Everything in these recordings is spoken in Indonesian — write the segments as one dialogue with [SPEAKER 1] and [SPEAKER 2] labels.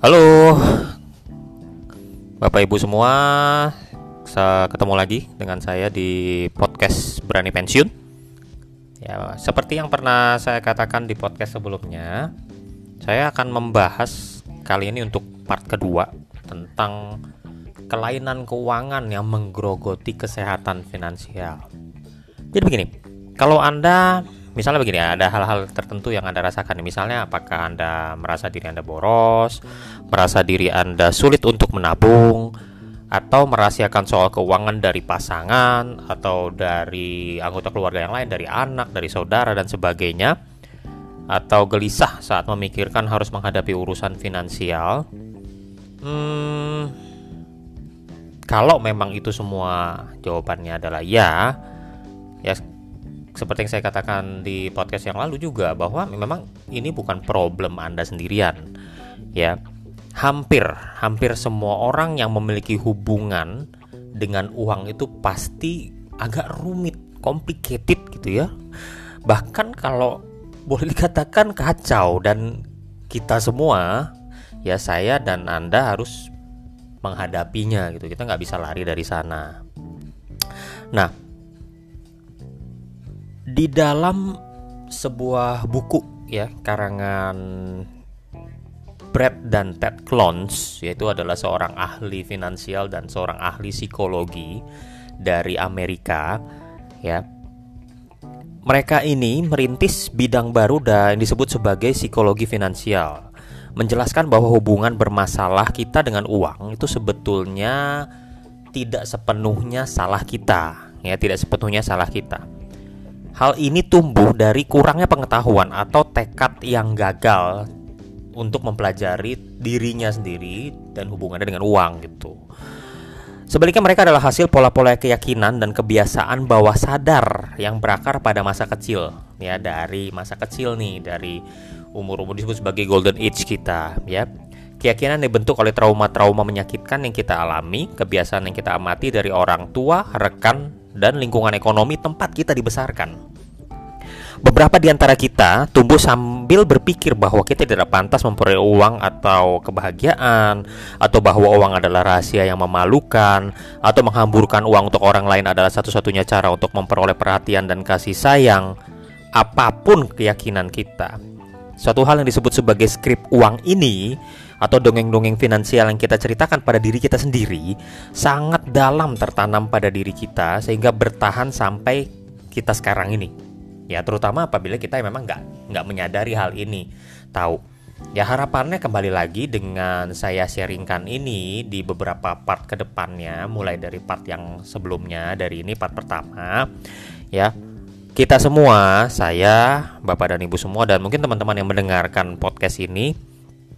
[SPEAKER 1] Halo Bapak Ibu semua, ketemu lagi dengan saya di podcast Berani Pensiun. Ya, seperti yang pernah saya katakan di podcast sebelumnya, saya akan membahas kali ini untuk part kedua tentang kelainan keuangan yang menggerogoti kesehatan finansial. Jadi begini, kalau Anda misalnya begini, ada hal-hal tertentu yang Anda rasakan. Misalnya apakah Anda merasa diri Anda boros, merasa diri Anda sulit untuk menabung, atau merahasiakan soal keuangan dari pasangan atau dari anggota keluarga yang lain, dari anak, dari saudara dan sebagainya, atau gelisah saat memikirkan harus menghadapi urusan finansial. Kalau memang itu semua jawabannya adalah ya seperti yang saya katakan di podcast yang lalu juga, bahwa memang ini bukan problem Anda sendirian. Ya, hampir semua orang yang memiliki hubungan dengan uang itu pasti agak rumit, complicated gitu ya. Bahkan kalau boleh dikatakan kacau, dan kita semua, ya saya dan Anda harus menghadapinya gitu. Kita nggak bisa lari dari sana. Nah, di dalam sebuah buku ya karangan Brett dan Ted Clones, yaitu adalah seorang ahli finansial dan seorang ahli psikologi dari Amerika, ya. Mereka ini merintis bidang baru dan disebut sebagai psikologi finansial, menjelaskan bahwa hubungan bermasalah kita dengan uang itu sebetulnya tidak sepenuhnya salah kita, ya, tidak sepenuhnya salah kita. Hal ini tumbuh dari kurangnya pengetahuan atau tekad yang gagal untuk mempelajari dirinya sendiri dan hubungannya dengan uang gitu. Sebaliknya, mereka adalah hasil pola-pola keyakinan dan kebiasaan bawah sadar yang berakar pada masa kecil, ya, dari masa kecil nih, dari umur-umur disebut sebagai golden age kita, ya. Keyakinan dibentuk oleh trauma-trauma menyakitkan yang kita alami, kebiasaan yang kita amati dari orang tua, rekan, dan lingkungan ekonomi tempat kita dibesarkan. Beberapa di antara kita tumbuh sambil berpikir bahwa kita tidak pantas memperoleh uang atau kebahagiaan, atau bahwa uang adalah rahasia yang memalukan, atau menghamburkan uang untuk orang lain adalah satu-satunya cara untuk memperoleh perhatian dan kasih sayang. Apapun keyakinan kita, suatu hal yang disebut sebagai skrip uang ini atau dongeng-dongeng finansial yang kita ceritakan pada diri kita sendiri sangat dalam tertanam pada diri kita sehingga bertahan sampai kita sekarang ini. Ya, terutama apabila kita memang nggak menyadari hal ini. Tahu. Ya, harapannya kembali lagi dengan saya sharingkan ini di beberapa part ke depannya, mulai dari part yang sebelumnya, dari ini part pertama, ya. Kita semua, saya, Bapak dan Ibu semua, dan mungkin teman-teman yang mendengarkan podcast ini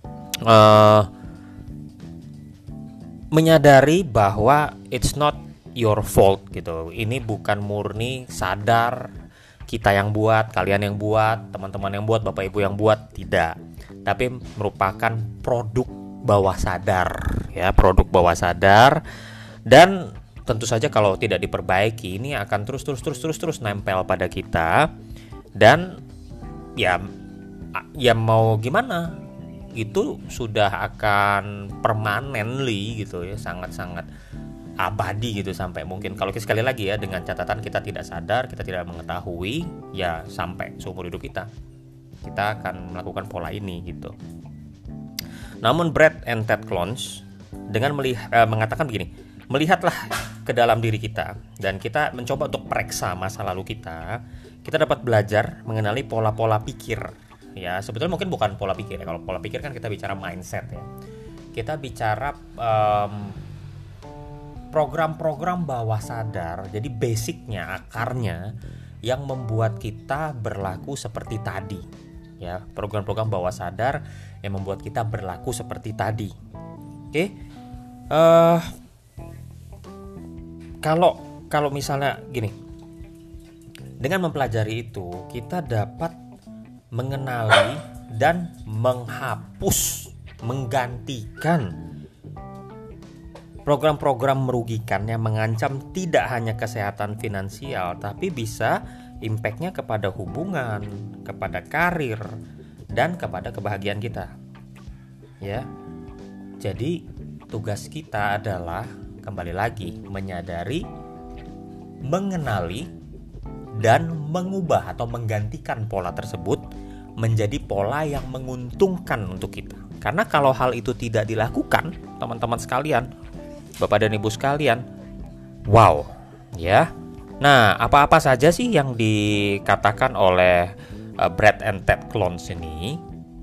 [SPEAKER 1] menyadari bahwa it's not your fault gitu. Ini bukan murni sadar kita yang buat, kalian yang buat, teman-teman yang buat, Bapak Ibu yang buat, tidak. Tapi merupakan produk bawah sadar, ya, produk bawah sadar. Dan tentu saja kalau tidak diperbaiki, ini akan terus nempel pada kita. Dan ya mau gimana, itu sudah akan permanently gitu ya, sangat-sangat abadi gitu, sampai mungkin kalau sekali lagi ya, dengan catatan kita tidak sadar, kita tidak mengetahui, ya sampai seumur hidup kita akan melakukan pola ini gitu. Namun Brett and Ted Clones dengan mengatakan begini, melihatlah ke dalam diri kita dan kita mencoba untuk periksa masa lalu kita dapat belajar mengenali pola-pola pikir. Ya, sebetulnya mungkin bukan pola pikir ya. Kalau pola pikir kan kita bicara mindset ya. Kita bicara program-program bawah sadar. Jadi basicnya, akarnya yang membuat kita berlaku seperti tadi. Ya, program-program bawah sadar yang membuat kita berlaku seperti tadi. Oke. Kalau misalnya gini, dengan mempelajari itu kita dapat mengenali dan menghapus, menggantikan program-program merugikan yang mengancam tidak hanya kesehatan finansial, tapi bisa impact-nya kepada hubungan, kepada karir, dan kepada kebahagiaan kita. Ya. Jadi tugas kita adalah kembali lagi menyadari, mengenali, dan mengubah atau menggantikan pola tersebut menjadi pola yang menguntungkan untuk kita. Karena kalau hal itu tidak dilakukan, teman-teman sekalian, Bapak dan Ibu sekalian, wow, ya. Nah, apa-apa saja sih yang dikatakan oleh Brad and Ted Clones ini?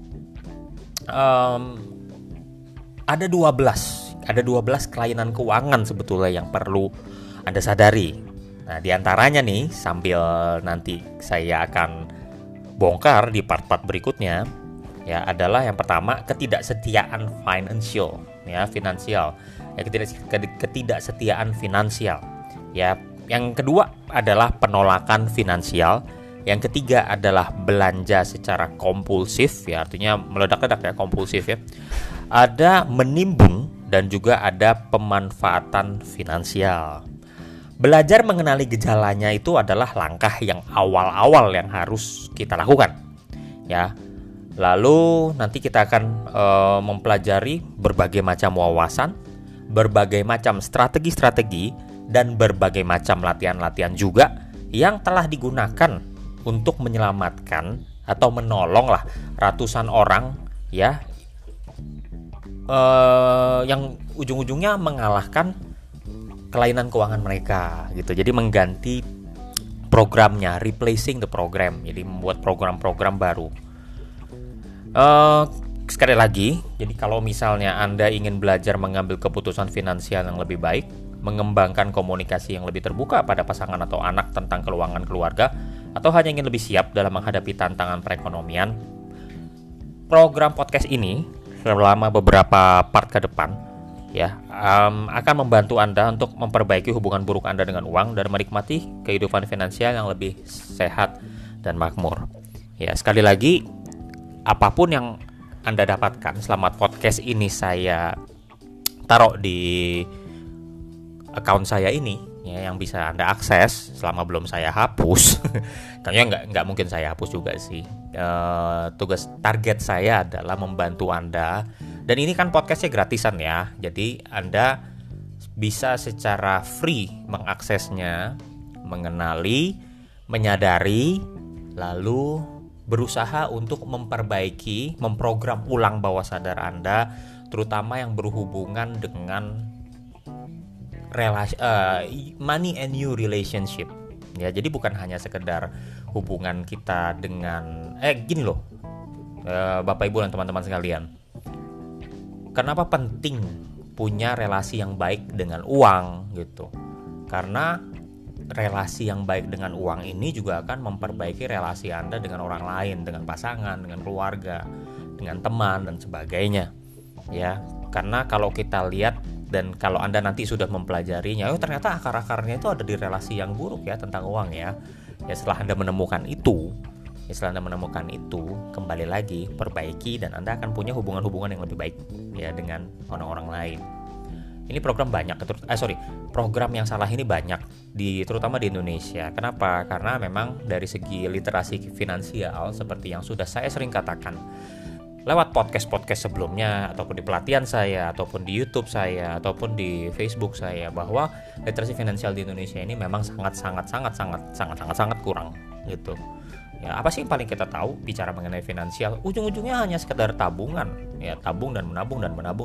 [SPEAKER 1] Ada 12 kelainan keuangan sebetulnya yang perlu Anda sadari. Nah, diantaranya nih, sambil nanti saya akan bongkar di part-part berikutnya, ya, adalah yang pertama ketidaksetiaan finansial, ya, finansial, ya, ketidaksetiaan finansial, ya. Yang kedua adalah penolakan finansial. Yang ketiga adalah belanja secara kompulsif, ya, artinya meledak-ledak, ya, kompulsif, ya. Ada menimbun dan juga ada pemanfaatan finansial. Belajar mengenali gejalanya itu adalah langkah yang awal-awal yang harus kita lakukan, ya. Lalu nanti kita akan mempelajari berbagai macam wawasan, berbagai macam strategi-strategi, dan berbagai macam latihan-latihan juga yang telah digunakan untuk menyelamatkan atau menolonglah ratusan orang, ya, yang ujung-ujungnya mengalahkan kelainan keuangan mereka, gitu. Jadi mengganti programnya, replacing the program, jadi membuat program-program baru. Sekali lagi, jadi kalau misalnya Anda ingin belajar mengambil keputusan finansial yang lebih baik, mengembangkan komunikasi yang lebih terbuka pada pasangan atau anak tentang keuangan keluarga, atau hanya ingin lebih siap dalam menghadapi tantangan perekonomian, program podcast ini selama beberapa part ke depan, ya, akan membantu Anda untuk memperbaiki hubungan buruk Anda dengan uang dan menikmati kehidupan finansial yang lebih sehat dan makmur. Ya, sekali lagi, apapun yang Anda dapatkan selama podcast ini saya taruh di account saya ini, ya, yang bisa Anda akses selama belum saya hapus. Kayaknya nggak mungkin saya hapus juga sih. Tugas target saya adalah membantu Anda, dan ini kan podcastnya gratisan, ya, jadi Anda bisa secara free mengaksesnya, mengenali, menyadari, lalu berusaha untuk memperbaiki, memprogram ulang bawah sadar Anda, terutama yang berhubungan dengan money and new relationship, ya. Jadi bukan hanya sekedar hubungan kita dengan gini loh, Bapak Ibu dan teman-teman sekalian, kenapa penting punya relasi yang baik dengan uang, gitu? Karena relasi yang baik dengan uang ini juga akan memperbaiki relasi Anda dengan orang lain, dengan pasangan, dengan keluarga, dengan teman dan sebagainya, ya. Karena kalau kita lihat dan kalau Anda nanti sudah mempelajarinya, ternyata akar-akarnya itu ada di relasi yang buruk, ya, tentang uang, ya. Ya, setelah Anda menemukan itu, kembali lagi perbaiki dan Anda akan punya hubungan-hubungan yang lebih baik, ya, dengan orang-orang lain. Ini program program yang salah ini banyak terutama di Indonesia. Kenapa? Karena memang dari segi literasi finansial, seperti yang sudah saya sering katakan lewat podcast sebelumnya, ataupun di pelatihan saya, ataupun di YouTube saya, ataupun di Facebook saya, bahwa literasi finansial di Indonesia ini memang sangat kurang, gitu. Ya, apa sih yang paling kita tahu bicara mengenai finansial? Ujung-ujungnya hanya sekedar tabungan, ya, tabung dan menabung.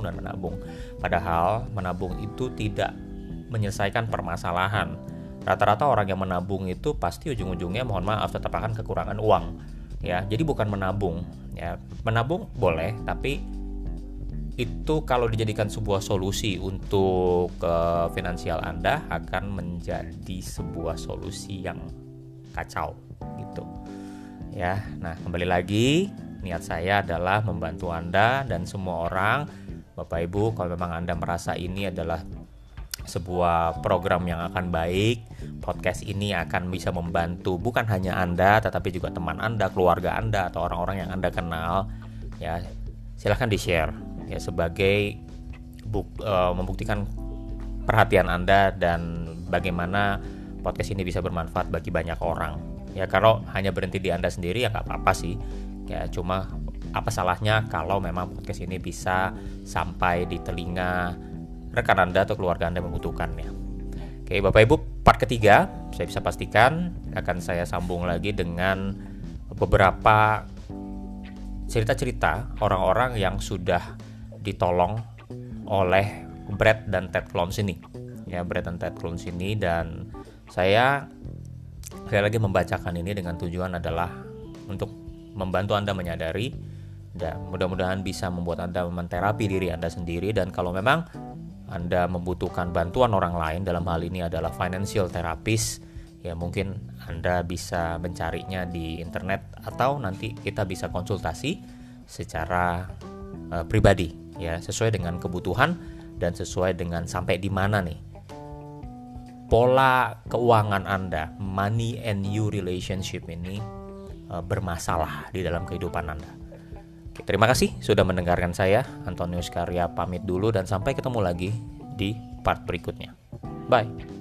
[SPEAKER 1] Padahal menabung itu tidak menyelesaikan permasalahan. Rata-rata orang yang menabung itu pasti ujung-ujungnya, mohon maaf, tetap akan kekurangan uang, ya. Jadi bukan menabung, ya. Menabung boleh, tapi itu kalau dijadikan sebuah solusi untuk finansial Anda akan menjadi sebuah solusi yang kacau, gitu. Ya, nah, kembali lagi, niat saya adalah membantu Anda dan semua orang. Bapak Ibu, kalau memang Anda merasa ini adalah sebuah program yang akan baik, podcast ini akan bisa membantu bukan hanya Anda, tetapi juga teman Anda, keluarga Anda, atau orang-orang yang Anda kenal, ya, silahkan di-share, ya, sebagai membuktikan perhatian Anda dan bagaimana podcast ini bisa bermanfaat bagi banyak orang. Ya, kalau hanya berhenti di Anda sendiri, ya nggak apa-apa sih. Ya, cuma apa salahnya kalau memang podcast ini bisa sampai di telinga rekan Anda atau keluarga Anda membutuhkannya. Oke, Bapak Ibu, part ketiga saya bisa pastikan akan saya sambung lagi dengan beberapa cerita-cerita orang-orang yang sudah ditolong oleh Brad dan Ted Clones ini. Ya, Brad dan Ted Clones ini, dan saya lagi membacakan ini dengan tujuan adalah untuk membantu Anda menyadari, dan mudah-mudahan bisa membuat Anda menterapi diri Anda sendiri. Dan kalau memang Anda membutuhkan bantuan orang lain, dalam hal ini adalah financial therapist, ya mungkin Anda bisa mencarinya di internet atau nanti kita bisa konsultasi secara pribadi, ya sesuai dengan kebutuhan dan sesuai dengan sampai di mana nih pola keuangan Anda, money and you relationship ini bermasalah di dalam kehidupan Anda. Oke, terima kasih sudah mendengarkan saya. Antonius Karya pamit dulu dan sampai ketemu lagi di part berikutnya. Bye.